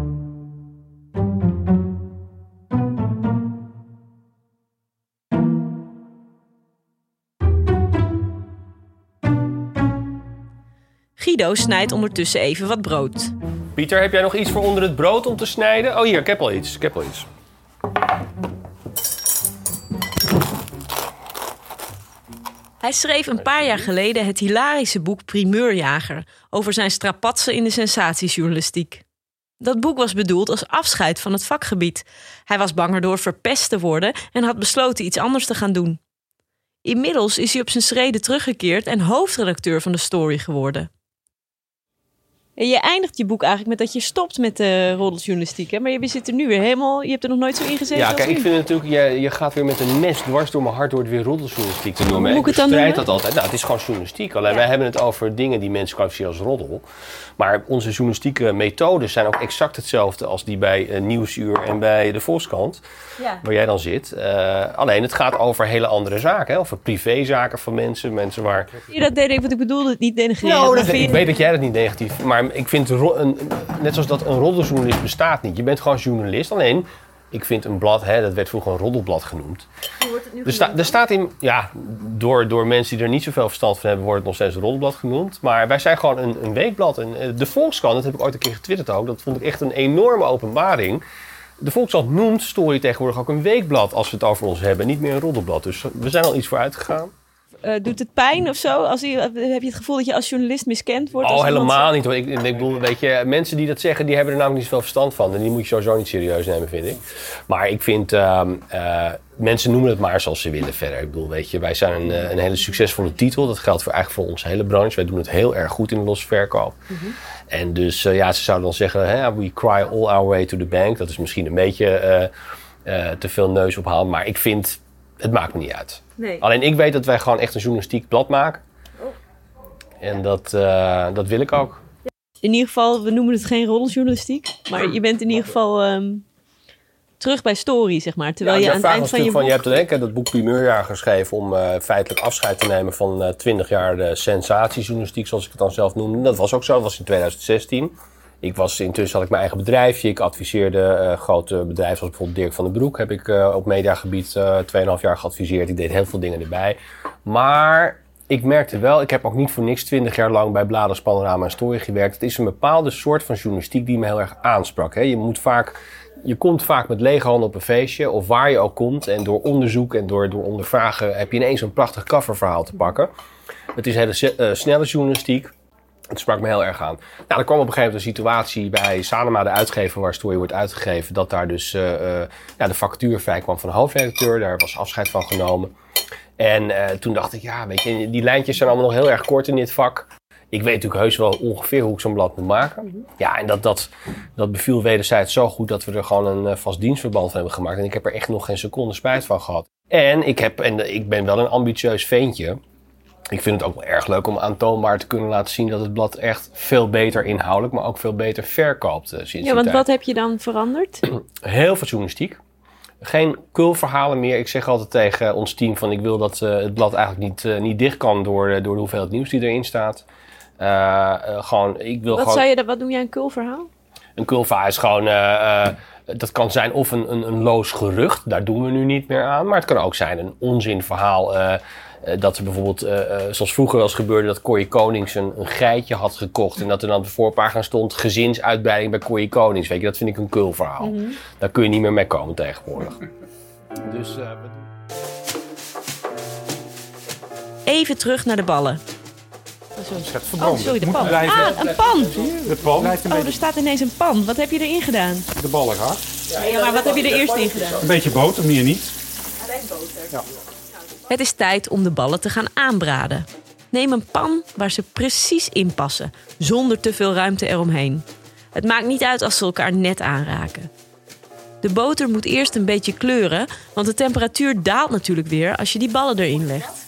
Guido snijdt ondertussen even wat brood. Pieter, heb jij nog iets voor onder het brood om te snijden? Oh, hier, ik heb al iets. Hij schreef een paar jaar geleden het hilarische boek Primeurjager over zijn strapatsen in de sensatiejournalistiek. Dat boek was bedoeld als afscheid van het vakgebied. Hij was bang erdoor verpest te worden en had besloten iets anders te gaan doen. Inmiddels is hij op zijn schreden teruggekeerd en hoofdredacteur van de Story geworden. En je eindigt je boek eigenlijk met dat je stopt met de roddeljournalistiek. Hè? Maar je zit er nu weer helemaal... Je hebt er nog nooit zo in gezeten Ja, als kijk, nu. ik vind het natuurlijk... Je gaat weer met een mes dwars door mijn hart door het weer roddeljournalistiek te noemen. Hoe moet ik het dan bestrijd noemen? dat altijd. Nou, het is gewoon journalistiek. Alleen wij hebben het over dingen die mensen kwalificeren als roddel. Maar onze journalistieke methodes zijn ook exact hetzelfde als die bij Nieuwsuur en bij de Volkskrant. Ja. Waar jij dan zit. Alleen het gaat over hele andere zaken. Hè? Over privézaken van mensen. Mensen waar... Dat deed ik, want ik bedoelde het niet denigreren. Nou, maar vind ik je- weet dat jij dat niet negatief... Maar ik vind, net zoals dat een roddeljournalist bestaat niet. Je bent gewoon journalist. Alleen, ik vind een blad, dat werd vroeger een roddelblad genoemd. Hoe wordt het nu Er staat in, ja, door mensen die er niet zoveel verstand van hebben, wordt het nog steeds een roddelblad genoemd. Maar wij zijn gewoon een weekblad. En de Volkskrant, dat heb ik ooit een keer getwitterd ook, dat vond ik echt een enorme openbaring. De Volkskrant noemt Story tegenwoordig ook een weekblad als we het over ons hebben. Niet meer een roddelblad. Dus we zijn al iets vooruit gegaan. Doet het pijn of zo? Heb je het gevoel dat je als journalist miskend wordt? Oh, als iemand helemaal niet hoor. Ik bedoel, weet je, mensen die dat zeggen, die hebben er namelijk niet zoveel verstand van. En die moet je sowieso niet serieus nemen, vind ik. Maar ik vind, mensen noemen het maar zoals ze willen verder. Ik bedoel, weet je, wij zijn een hele succesvolle titel. Dat geldt eigenlijk voor onze hele branche. Wij doen het heel erg goed in de losse verkoop. Mm-hmm. En dus, ze zouden dan zeggen, we cry all our way to the bank. Dat is misschien een beetje te veel neus ophalen. Maar ik vind, het maakt me niet uit. Nee. Alleen ik weet dat wij gewoon echt een journalistiek blad maken. Oh. En dat wil ik ook. In ieder geval, we noemen het geen roddeljournalistiek. Maar je bent in ieder geval terug bij Story, zeg maar. Terwijl je aan het eind van je boek... Je hebt denk dat boek Primeurjaar geschreven om feitelijk afscheid te nemen van 20 jaar de sensatiejournalistiek, zoals ik het dan zelf noemde. Dat was ook zo, dat was in 2016. Intussen had ik mijn eigen bedrijfje. Ik adviseerde grote bedrijven zoals bijvoorbeeld Dirk van den Broek. Heb ik op mediagebied 2,5 jaar geadviseerd. Ik deed heel veel dingen erbij. Maar ik merkte wel, ik heb ook niet voor niks 20 jaar lang bij Bladers, Panorama en Story gewerkt. Het is een bepaalde soort van journalistiek die me heel erg aansprak. Hè. Je komt vaak met lege handen op een feestje, of waar je ook komt. En door onderzoek en door ondervragen heb je ineens een prachtig coververhaal te pakken. Het is hele snelle journalistiek. Het sprak me heel erg aan. Nou, er kwam op een gegeven moment een situatie bij Sanoma, de uitgever waar Story wordt uitgegeven, dat daar dus de vacature vrij kwam van de hoofdredacteur. Daar was afscheid van genomen. En toen dacht ik, ja, weet je, die lijntjes zijn allemaal nog heel erg kort in dit vak. Ik weet natuurlijk heus wel ongeveer hoe ik zo'n blad moet maken. Ja, en dat beviel wederzijds zo goed dat we er gewoon een vast dienstverband van hebben gemaakt. En ik heb er echt nog geen seconde spijt van gehad. En ik ben wel een ambitieus ventje. Ik vind het ook wel erg leuk om aantoonbaar te kunnen laten zien dat het blad echt veel beter inhoudelijk, maar ook veel beter verkoopt sinds die Ja, want tijd. wat heb je dan veranderd? Heel veel journalistiek. Geen kulverhalen meer. Ik zeg altijd tegen ons team van ik wil dat het blad eigenlijk niet dicht kan door de hoeveelheid nieuws die erin staat. Wat noem jij een kulverhaal? Een kulverhaal is gewoon, dat kan zijn of een loos gerucht, daar doen we nu niet meer aan. Maar het kan ook zijn een onzinverhaal. Dat er bijvoorbeeld, zoals vroeger wel eens gebeurde, dat Corrie Konings een geitje had gekocht. En dat er dan op de voorpagina stond gezinsuitbreiding bij Corrie Konings. Weet je, dat vind ik een kulverhaal. Mm-hmm. Daar kun je niet meer mee komen tegenwoordig. Dus, Even terug naar de ballen. Het gaat verbranden. Sorry, de Het moet pan. blijven- Een pan! De pan blijft een Oh, er beetje staat ineens een pan. Wat heb je erin gedaan? de ballen gehakt. Ja, maar wat heb je er eerst in gedaan? Een beetje boter, meer niet. Het is tijd om de ballen te gaan aanbraden. Neem een pan waar ze precies in passen, zonder te veel ruimte eromheen. Het maakt niet uit als ze elkaar net aanraken. De boter moet eerst een beetje kleuren, want de temperatuur daalt natuurlijk weer als je die ballen erin legt.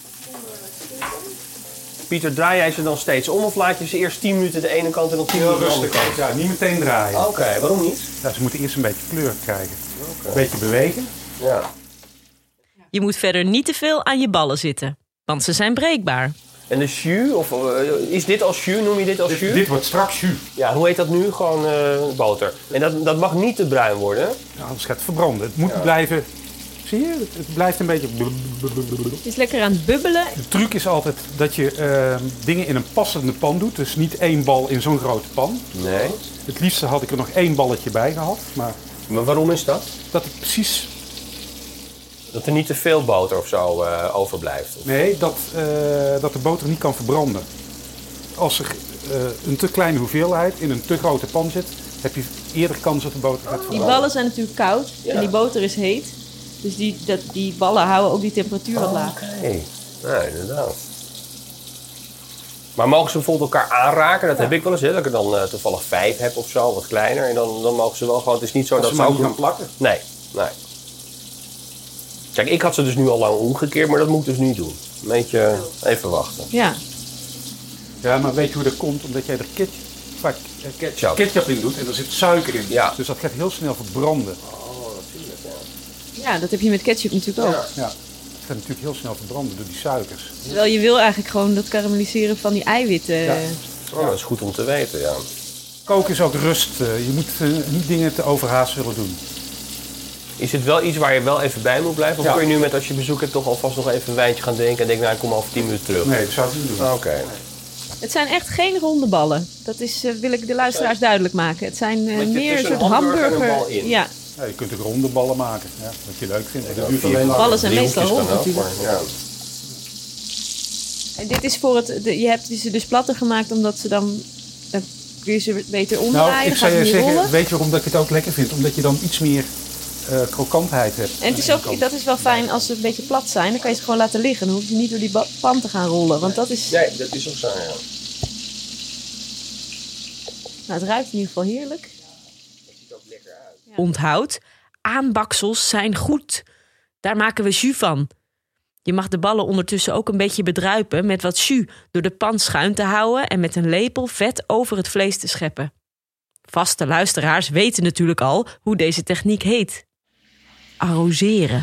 Pieter, draai jij ze dan steeds om of laat je ze eerst 10 minuten de ene kant en dan 10 minuten de andere kant? Ja, niet meteen draaien. Oké, waarom niet? Ja, ze moeten eerst een beetje kleur krijgen. Een beetje bewegen. Ja. Je moet verder niet te veel aan je ballen zitten, want ze zijn breekbaar. En de jus, of is dit als jus? Noem je dit als jus? Dit wordt straks jus. Ja, hoe heet dat nu? Gewoon boter. En dat mag niet te bruin worden, hè? Ja, anders gaat het verbranden. Het moet blijven... Zie je? Het blijft een beetje... Het is lekker aan het bubbelen. De truc is altijd dat je dingen in een passende pan doet. Dus niet 1 bal in zo'n grote pan. Nee. Het liefste had ik er nog 1 balletje bij gehad. Maar Maar waarom is dat? dat het precies... Dat er niet te veel boter of zo overblijft. Nee, dat de boter niet kan verbranden. Als er een te kleine hoeveelheid in een te grote pan zit, heb je eerder kans dat de boter gaat Die verbranden. ballen zijn natuurlijk koud en die boter is heet. Dus die ballen houden ook die temperatuur wat laag. Oké. Ja, inderdaad. Maar mogen ze bijvoorbeeld elkaar aanraken? Dat heb ik wel eens, hè, dat ik er dan toevallig 5 heb of zo, wat kleiner. En dan mogen ze wel gewoon, het is niet zo Als dat ze maar niet gaan plakken. Nee. Kijk, ik had ze dus nu al lang omgekeerd, maar dat moet ik dus niet doen. Een beetje even wachten. Ja. Ja, maar weet je hoe dat komt? Omdat jij er ketchup in doet en er zit suiker in. Ja. Dus dat gaat heel snel verbranden. Ja, dat heb je met ketchup natuurlijk ook. Ja. Het gaat natuurlijk heel snel verbranden door die suikers. Terwijl je wil eigenlijk gewoon dat karamelliseren van die eiwitten. Ja. Dat is goed om te weten, ja. Koken is ook rust. Je moet niet dingen te overhaast willen doen. Is het wel iets waar je wel even bij moet blijven? Of Ja. kun je nu met als je bezoek hebt toch alvast nog even een wijntje gaan drinken en denk nou ik kom over 10 minuten terug? Nee, dat zou ik niet doen. Oké. Het zijn echt geen ronde ballen. Dat is, wil ik de luisteraars duidelijk maken. Het zijn meer een tussen soort een hamburger en een hamburger. bal in. Ja, Ja, je kunt ook ronde ballen maken, ja, wat je leuk vindt. Dat duurt Vier alleen maar. ballen zijn meestal driehoekjes rond dan ook, natuurlijk. maar, ja. en dit is voor het. Je hebt ze dus platter gemaakt omdat ze dan kun je ze beter omdraaien. Nou, ik dan zou gaat je het niet zeggen, rollen. weet je waarom dat ik het ook lekker vind? Omdat je dan iets meer krokantheid hebt. En het is ook, dat is wel fijn als ze een beetje plat zijn. Dan kan je ze gewoon laten liggen. Dan hoef je niet door die pan te gaan rollen. Want dat is. Nee, dat is ook zo, ja. Nou, het ruikt in ieder geval heerlijk. Ja. Onthoud, aanbaksels zijn goed. Daar maken we jus van. Je mag de ballen ondertussen ook een beetje bedruipen met wat jus door de pan schuin te houden en met een lepel vet over het vlees te scheppen. Vaste luisteraars weten natuurlijk al hoe deze techniek heet. Arroseren.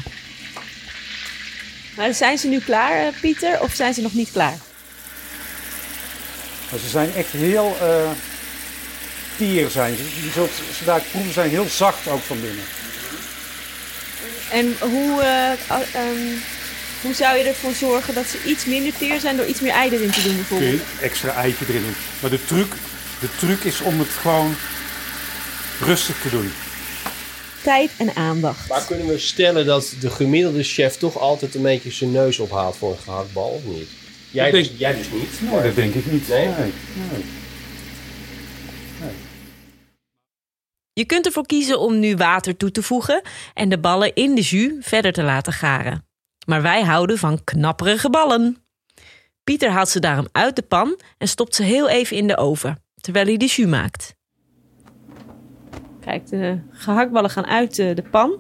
Maar zijn ze nu klaar, Pieter, of zijn ze nog niet klaar? Maar ze zijn echt heel tier zijn ze. Je zult ze daar proeven, zijn heel zacht ook van binnen. En hoe zou je ervoor zorgen dat ze iets minder teer zijn door iets meer ei erin te doen Kun bijvoorbeeld? je een extra eitje erin doen. Maar de truc is om het gewoon rustig te doen. Tijd en aandacht. Maar kunnen we stellen dat de gemiddelde chef toch altijd een beetje zijn neus ophaalt voor een gehaktbal, of niet? Jij dus niet. Nee, dat denk ik niet. Nee? Nee. Je kunt ervoor kiezen om nu water toe te voegen en de ballen in de jus verder te laten garen. Maar wij houden van knapperige ballen. Pieter haalt ze daarom uit de pan en stopt ze heel even in de oven, terwijl hij de jus maakt. Kijk, de gehaktballen gaan uit de pan.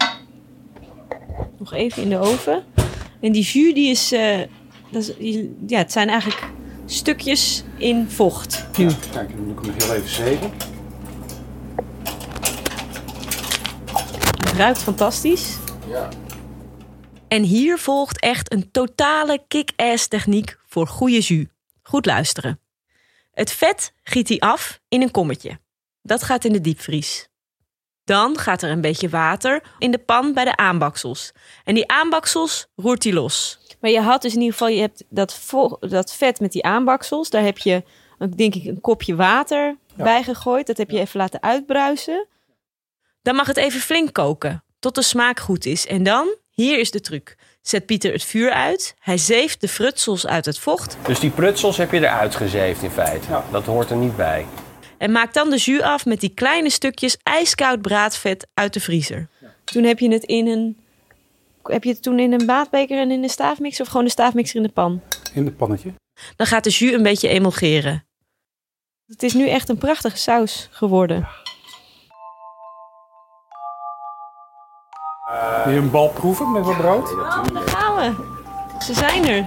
Nog even in de oven. En die jus, die is, het zijn eigenlijk stukjes in vocht. Ja, kijk, dan moet ik hem nog heel even zeven. Het ruikt fantastisch. Ja. En hier volgt echt een totale kick-ass techniek voor goede jus. Goed luisteren. Het vet giet hij af in een kommetje. Dat gaat in de diepvries. Dan gaat er een beetje water in de pan bij de aanbaksels. En die aanbaksels roert hij los. Maar je had dus in ieder geval, je hebt dat vet met die aanbaksels. Daar heb je, denk ik, een kopje water bij gegooid. Dat heb je even laten uitbruisen. Dan mag het even flink koken, tot de smaak goed is. En dan, hier is de truc. Zet Pieter het vuur uit. Hij zeeft de frutsels uit het vocht. Dus die prutsels heb je eruit gezeefd in feite. Ja. Dat hoort er niet bij. En maak dan de jus af met die kleine stukjes ijskoud braadvet uit de vriezer. Toen heb je het toen in een baatbeker en in de staafmixer of gewoon de staafmixer in de pan? In het pannetje. Dan gaat de jus een beetje emulgeren. Het is nu echt een prachtige saus geworden. Wil je een bal proeven met wat brood? Oh, daar gaan we. Ze zijn er.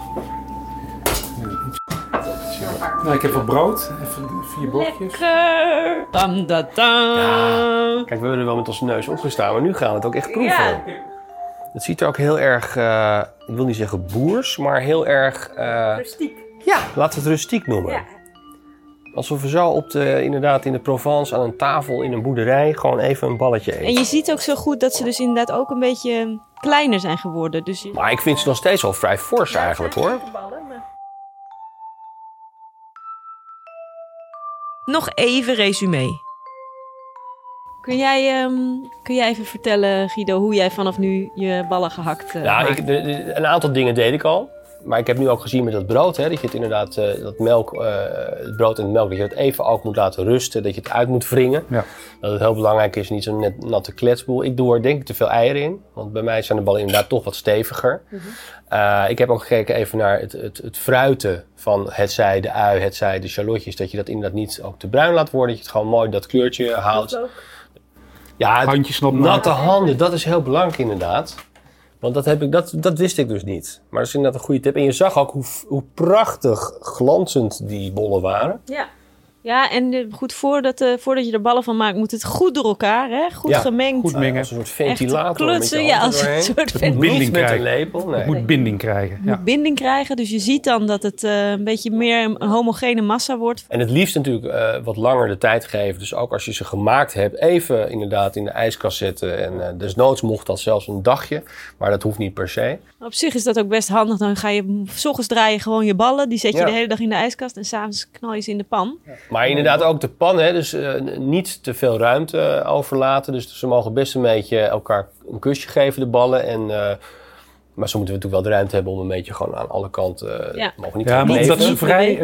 Nou, ik heb wat brood. Even 4 bochtjes. Lekker. Dam, da, dam. Kijk, we hebben er wel met onze neus opgestaan, maar nu gaan we het ook echt proeven. Ja. Het ziet er ook heel erg, ik wil niet zeggen boers, maar heel erg... Rustiek. Ja, laten we het rustiek noemen. Ja. Alsof we zo inderdaad in de Provence aan een tafel in een boerderij gewoon even een balletje eten. En je ziet ook zo goed dat ze dus inderdaad ook een beetje kleiner zijn geworden. Dus Maar ik vind ze nog steeds wel vrij fors eigenlijk hoor. Nog even resume. Kun jij even vertellen, Guido, hoe jij vanaf nu je ballen gehakt Ja, maakt? een aantal dingen deed ik al. Maar ik heb nu ook gezien met dat brood, hè, dat je het inderdaad, dat melk, het brood en de melk, dat je het even ook moet laten rusten, dat je het uit moet wringen. Ja. Dat het heel belangrijk is, niet zo'n net natte kletsboel. Ik doe er denk ik te veel eieren in, want bij mij zijn de ballen inderdaad toch wat steviger. Ik heb ook gekeken even naar het fruiten van hetzij de ui, hetzij de shallotjes, dat je dat inderdaad niet ook te bruin laat worden, dat je het gewoon mooi dat kleurtje houdt. Ja, Handjes nat natte handen, dat is heel belangrijk inderdaad. Want dat wist ik dus niet. Maar dat is inderdaad een goede tip. En je zag ook hoe prachtig glanzend die bollen waren. Ja, en goed, voordat je er ballen van maakt, moet het goed door elkaar, hè? Goed gemengd. Goed mengen. Als een soort ventilator met je ja, handen als een doorheen. soort Binding ventilator. Niet met een krijgen. lepel, nee. Het moet binding krijgen. Ja. Moet binding krijgen, dus je ziet dan dat het een beetje meer een homogene massa wordt. En het liefst natuurlijk wat langer de tijd geven. Dus ook als je ze gemaakt hebt, even inderdaad in de ijskast zetten. En desnoods mocht dat zelfs een dagje. Maar dat hoeft niet per se. Op zich is dat ook best handig. Dan ga je 's ochtends draaien gewoon je ballen. Die zet je de hele dag in de ijskast. En 's avonds knal je ze in de pan. Maar inderdaad ook de pan, hè, dus niet te veel ruimte overlaten. Dus ze mogen best een beetje elkaar een kusje geven, de ballen. Maar zo moeten we natuurlijk wel de ruimte hebben om een beetje gewoon aan alle kanten... mogen niet Ja, maar leven. omdat ze vrij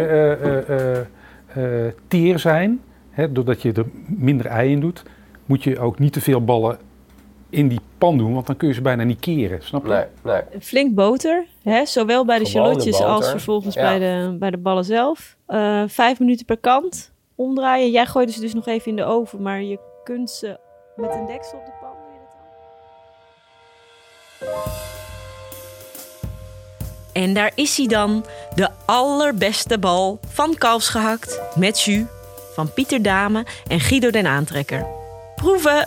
teer zijn, hè, doordat je er minder ei in doet, moet je ook niet te veel ballen in die pan doen, want dan kun je ze bijna niet keren, snap je? Nee. Flink boter. Hè? Zowel bij de Gewone shallotjes als boter. vervolgens Ja. bij de ballen zelf. 5 minuten per kant. Omdraaien. Jij gooide ze dus nog even in de oven, maar je kunt ze met een deksel op de pan. Doe je dat dan? En daar is hij dan. De allerbeste bal van kalfsgehakt met jus van Pieter Dame en Guido den Aantrekker. Proeven!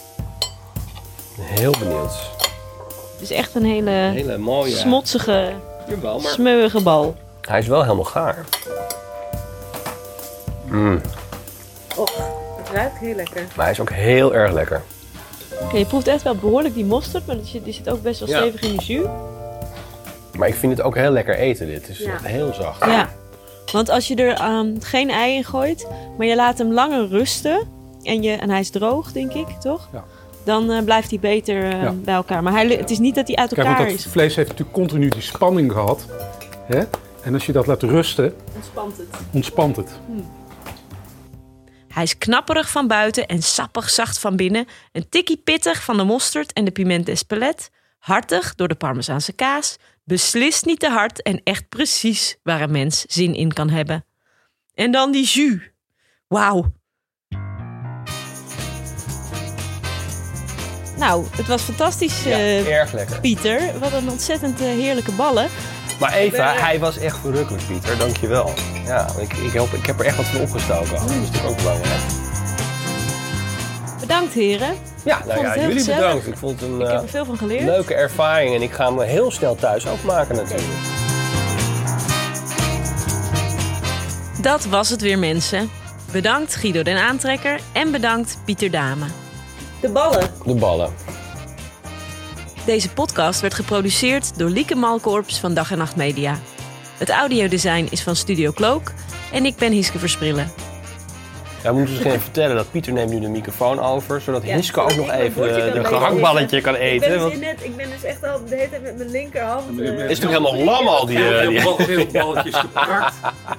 Heel benieuwd. Het is echt een hele mooie... smotsige, Jawel, maar smeuïge bal. hij is wel helemaal gaar. Het ruikt heel lekker. Maar hij is ook heel erg lekker. Je proeft echt wel behoorlijk die mosterd, maar die zit ook best wel Ja. stevig in de jus. Maar ik vind het ook heel lekker eten, dit. Het is Ja. echt heel zacht. Ja, want als je er geen ei in gooit, maar je laat hem langer rusten en hij is droog, denk ik, toch? Ja. Dan blijft hij beter bij elkaar. Maar het is niet dat hij uit Kijk, elkaar want dat is. vlees heeft natuurlijk continu die spanning gehad. Hè? En als je dat laat rusten, Ontspant het. ontspant het. Hij is knapperig van buiten en sappig zacht van binnen. Een tikkie pittig van de mosterd en de piment d'Espelette. Hartig door de Parmezaanse kaas. Beslist niet te hard en echt precies waar een mens zin in kan hebben. En dan die jus. Wauw. Nou, het was fantastisch, Erg lekker. Pieter. Wat een ontzettend heerlijke ballen. Maar Eva, hij was echt verrukkelijk, Pieter. Dankjewel. Ja, ik heb er echt wat van opgestoken. Dat is natuurlijk ook belangrijk. Bedankt, heren. Ja, vond nou ja, het heel jullie gezellig. bedankt. Ik vond het Ik heb een er veel van geleerd. leuke ervaring. En ik ga hem heel snel thuis ook maken natuurlijk. Dat was het weer, mensen. Bedankt Guido den Aantrekker en bedankt Pieter Dame. De ballen. De ballen. Deze podcast werd geproduceerd door Lieke Malkorps van Dag en Nacht Media. Het audiodesign is van Studio Cloak en ik ben Hiske Versprillen. Ja, we moeten misschien even vertellen dat Pieter neemt nu de microfoon over, zodat Hiske ook nog ik mijn even bordje kan de eten. gehaktballetje kan eten. Want Ik ben dus echt al de hele tijd met mijn linkerhand. het is toch helemaal lam al die... Heel balletjes gepakt.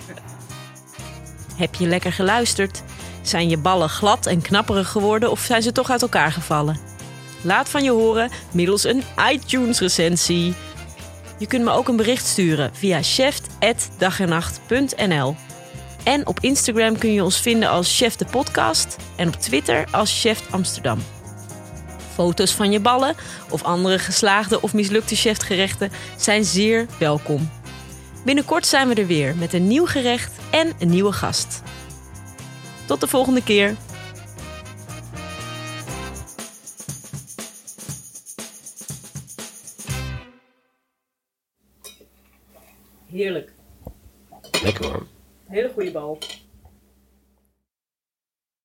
Heb je lekker geluisterd? Zijn je ballen glad en knapperig geworden of zijn ze toch uit elkaar gevallen? Laat van je horen middels een iTunes-recensie. Je kunt me ook een bericht sturen via chef@dagennacht.nl. En op Instagram kun je ons vinden als Chef de Podcast en op Twitter als Chef Amsterdam. Foto's van je ballen of andere geslaagde of mislukte chefgerechten zijn zeer welkom. Binnenkort zijn we er weer met een nieuw gerecht en een nieuwe gast. Tot de volgende keer. Heerlijk. Lekker hoor. Hele goede bal.